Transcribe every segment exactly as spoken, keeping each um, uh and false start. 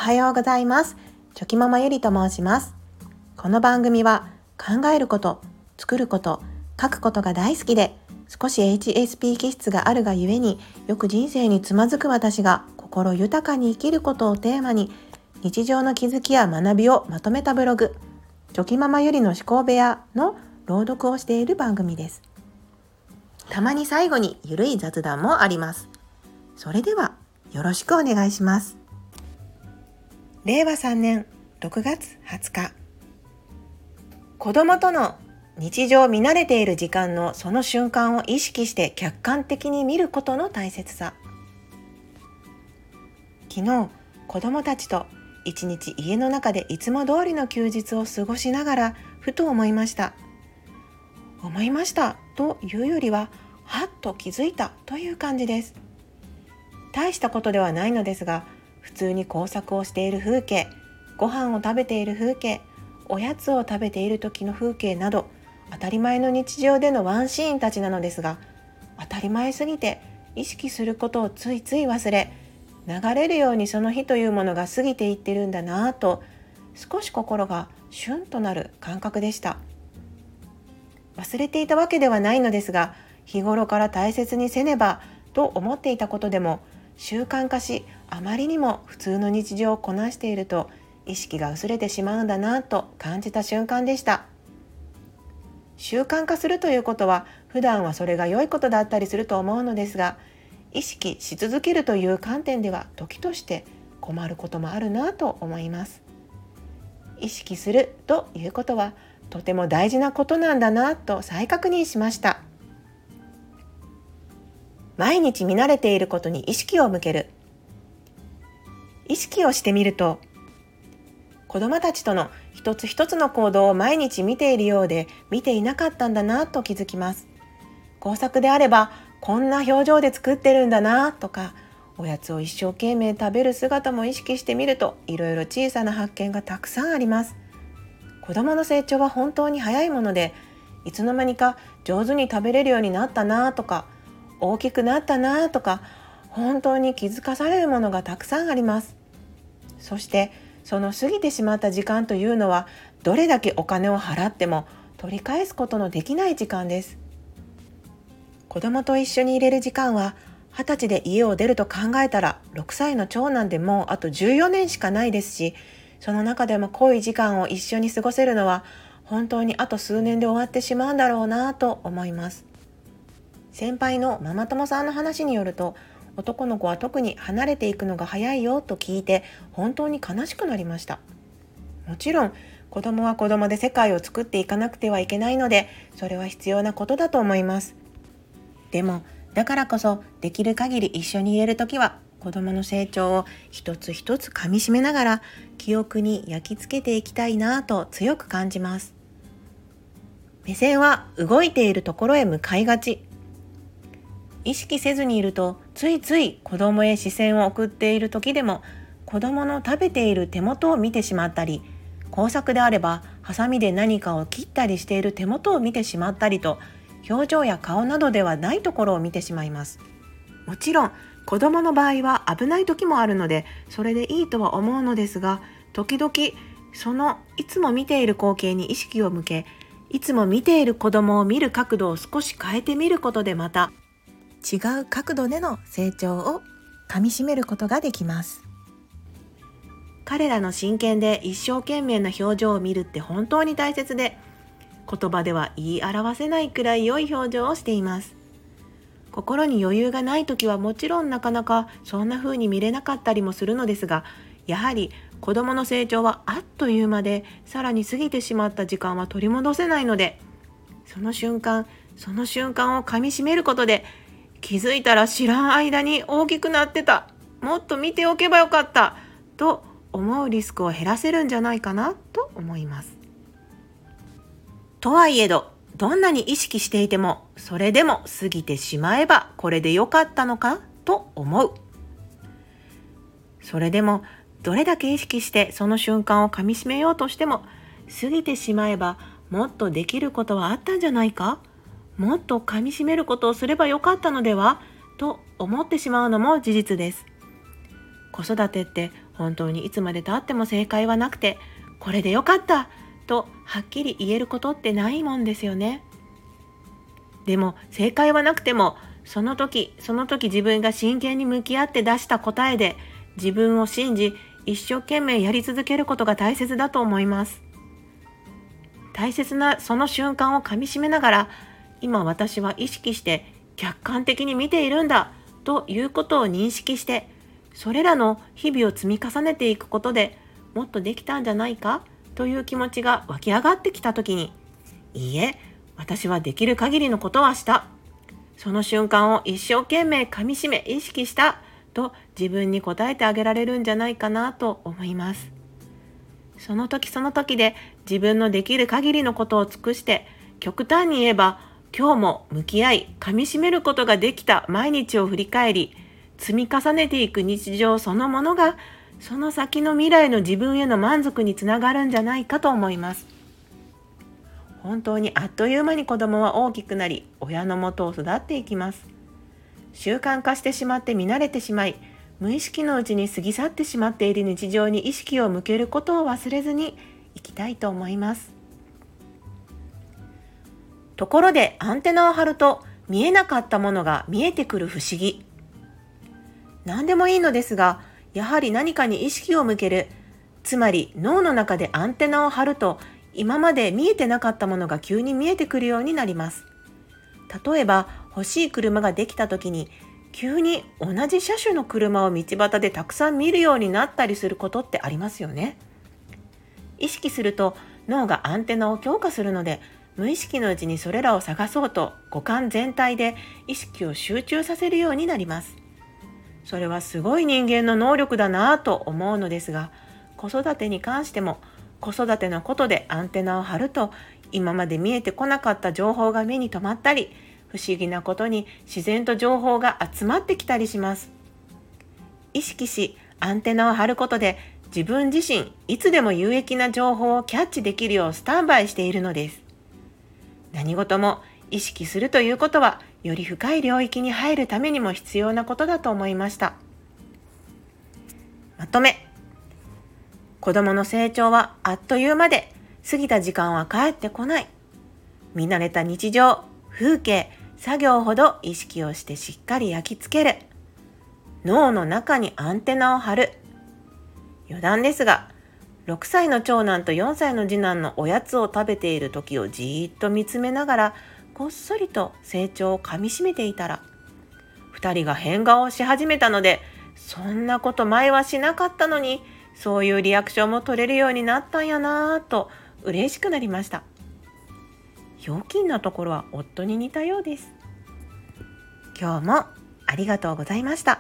はようございます。チョキママゆりと申します。この番組は考えること、作ること、書くことが大好きで、少し エイチエスピー 気質があるがゆえによく人生につまずく私が心豊かに生きることをテーマに日常の気づきや学びをまとめたブログ、チョキママゆりの思考部屋の朗読をしている番組です。たまに最後にゆるい雑談もあります。それではよろしくお願いします。れいわさんねんろくがつはつか、子供との日常見慣れている時間のその瞬間を意識して客観的に見ることの大切さ。昨日子供たちと一日家の中でいつも通りの休日を過ごしながらふと思いました思いましたというよりははっと気づいたという感じです。大したことではないのですが、普通に工作をしている風景、ご飯を食べている風景、おやつを食べている時の風景など、当たり前の日常でのワンシーンたちなのですが、当たり前すぎて意識することをついつい忘れ、流れるようにその日というものが過ぎていってるんだなぁと、少し心がシュンとなる感覚でした。忘れていたわけではないのですが、日頃から大切にせねばと思っていたことでも習慣化し、あまりにも普通の日常をこなしていると意識が薄れてしまうんだなと感じた瞬間でした。習慣化するということは普段はそれが良いことだったりすると思うのですが、意識し続けるという観点では時として困ることもあるなと思います。意識するということはとても大事なことなんだなと再確認しました。毎日見慣れていることに意識を向ける。意識をしてみると、子どもたちとの一つ一つの行動を毎日見ているようで見ていなかったんだなと気づきます。工作であればこんな表情で作ってるんだなとか、おやつを一生懸命食べる姿も意識してみると、いろいろ小さな発見がたくさんあります。子どもの成長は本当に早いもので、いつの間にか上手に食べれるようになったなとか、大きくなったなとか、本当に気づかされるものがたくさんあります。そしてその過ぎてしまった時間というのは、どれだけお金を払っても取り返すことのできない時間です。子供と一緒にいれる時間は、はたちで家を出ると考えたらろくさいの長男でもうあとじゅうよねんしかないですし、その中でも濃い時間を一緒に過ごせるのは本当にあと数年で終わってしまうんだろうなと思います。先輩のママ友さんの話によると、男の子は特に離れていくのが早いよと聞いて本当に悲しくなりました。もちろん子供は子供で世界を作っていかなくてはいけないので、それは必要なことだと思います。でもだからこそ、できる限り一緒にいれるときは子供の成長を一つ一つ噛み締めながら記憶に焼き付けていきたいなと強く感じます。目線は動いているところへ向かいがち。意識せずにいると、ついつい子供へ視線を送っている時でも子供の食べている手元を見てしまったり、工作であればハサミで何かを切ったりしている手元を見てしまったりと、表情や顔などではないところを見てしまいます。もちろん子供の場合は危ない時もあるので、それでいいとは思うのですが、時々そのいつも見ている光景に意識を向け、いつも見ている子供を見る角度を少し変えてみることで、また違う角度での成長をかみしめることができます。彼らの真剣で一生懸命な表情を見るって本当に大切で、言葉では言い表せないくらい良い表情をしています。心に余裕がない時はもちろんなかなかそんな風に見れなかったりもするのですが、やはり子供の成長はあっという間で、さらに過ぎてしまった時間は取り戻せないので、その瞬間その瞬間をかみしめることで、気づいたら知らん間に大きくなってた、もっと見ておけばよかったと思うリスクを減らせるんじゃないかなと思います。とはいえど、どんなに意識していても、それでも過ぎてしまえばこれでよかったのかと思う。それでもどれだけ意識してその瞬間をかみしめようとしても、過ぎてしまえばもっとできることはあったんじゃないか、もっとかみしめることをすればよかったのではと思ってしまうのも事実です。子育てって本当にいつまで経っても正解はなくて、これでよかったとはっきり言えることってないもんですよね。でも正解はなくても、その時その時自分が真剣に向き合って出した答えで自分を信じ、一生懸命やり続けることが大切だと思います。大切なその瞬間をかみしめながら、今私は意識して客観的に見ているんだということを認識して、それらの日々を積み重ねていくことで、もっとできたんじゃないかという気持ちが湧き上がってきたときに、いいえ、私はできる限りのことはした。その瞬間を一生懸命かみしめ意識したと自分に答えてあげられるんじゃないかなと思います。その時その時で自分のできる限りのことを尽くして、極端に言えば今日も向き合いかみしめることができた毎日を振り返り、積み重ねていく日常そのものが、その先の未来の自分への満足につながるんじゃないかと思います。本当にあっという間に子供は大きくなり、親のもとを育っていきます。習慣化してしまって見慣れてしまい、無意識のうちに過ぎ去ってしまっている日常に意識を向けることを忘れずにいきたいと思います。ところでアンテナを張ると見えなかったものが見えてくる不思議。何でもいいのですが、やはり何かに意識を向ける、つまり脳の中でアンテナを張ると、今まで見えてなかったものが急に見えてくるようになります。例えば欲しい車ができた時に、急に同じ車種の車を道端でたくさん見るようになったりすることってありますよね。意識すると脳がアンテナを強化するので、無意識のうちにそれらを探そうと五感全体で意識を集中させるようになります。それはすごい人間の能力だなぁと思うのですが、子育てに関しても子育てのことでアンテナを張ると、今まで見えてこなかった情報が目に留まったり、不思議なことに自然と情報が集まってきたりします。意識しアンテナを張ることで、自分自身いつでも有益な情報をキャッチできるようスタンバイしているのです。何事も意識するということは、より深い領域に入るためにも必要なことだと思いました。まとめ。子供の成長はあっという間で、過ぎた時間は帰ってこない。見慣れた日常、風景、作業ほど意識をしてしっかり焼き付ける。脳の中にアンテナを張る。余談ですが、ろくさいの長男とよんさいの次男のおやつを食べている時をじーっと見つめながら、こっそりと成長をかみしめていたら、二人が変顔をし始めたので、そんなこと前はしなかったのに、そういうリアクションも取れるようになったんやなぁと嬉しくなりました。ひょうきんなところは夫に似たようです。今日もありがとうございました。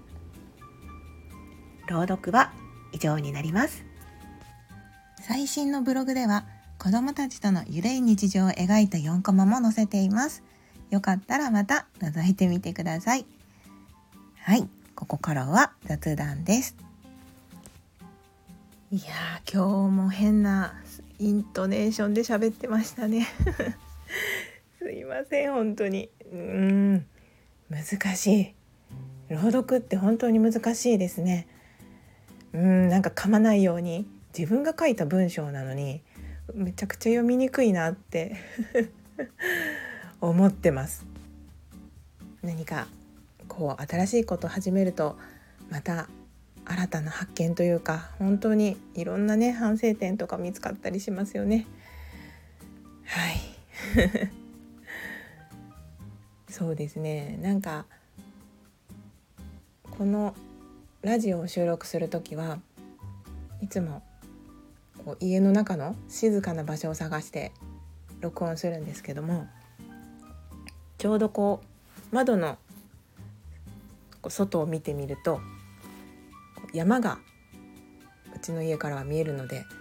朗読は以上になります。最新のブログでは子どもたちとのゆるい日常を描いたよんコマも載せています。よかったらまた覗いてみてください。はい、ここからは雑談です。いやー、今日も変なイントネーションで喋ってましたねすいません、本当にうーん難しい。朗読って本当に難しいですね。うーんなんか噛まないように、自分が書いた文章なのにめちゃくちゃ読みにくいなって思ってます。何かこう新しいことを始めると、また新たな発見というか、本当にいろんなね反省点とか見つかったりしますよね。はいそうですね、なんかこのラジオを収録するときはいつもこう家の中の静かな場所を探して録音するんですけども、ちょうどこう窓の外を見てみると山がうちの家からは見えるので、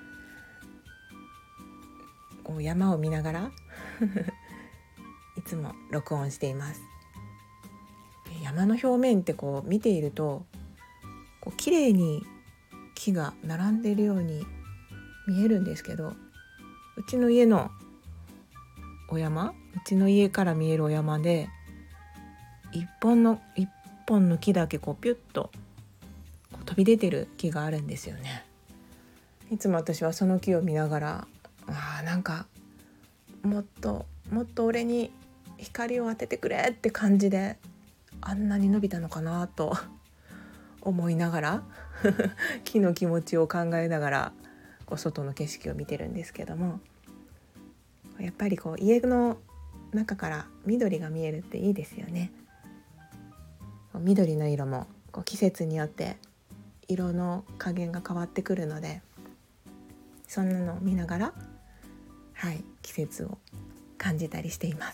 こう山を見ながらいつも録音しています。山の表面ってこう見ているとこう綺麗に木が並んでいるように見えるんですけど、うちの家のお山、うちの家から見えるお山で一本の一本の木だけこうピュッと飛び出てる木があるんですよね。いつも私はその木を見ながら、あーなんかもっともっと俺に光を当ててくれって感じであんなに伸びたのかなと思いながら木の気持ちを考えながらこう外の景色を見てるんですけども、やっぱりこう家の中から緑が見えるっていいですよね。緑の色もこう季節によって色の加減が変わってくるので、そんなのを見ながら、はい、季節を感じたりしています。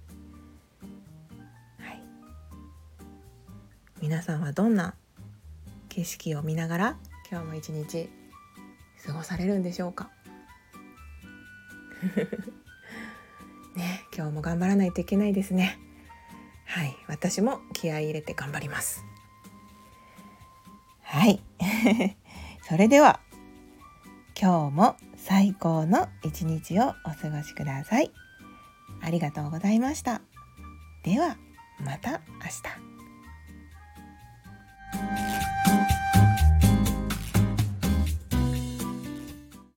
はい、皆さんはどんな景色を見ながら今日も一日過ごされるんでしょうかね、今日も頑張らないといけないですね。はい、私も気合い入れて頑張ります。はいそれでは今日も最高の一日をお過ごしください。ありがとうございました。ではまた明日。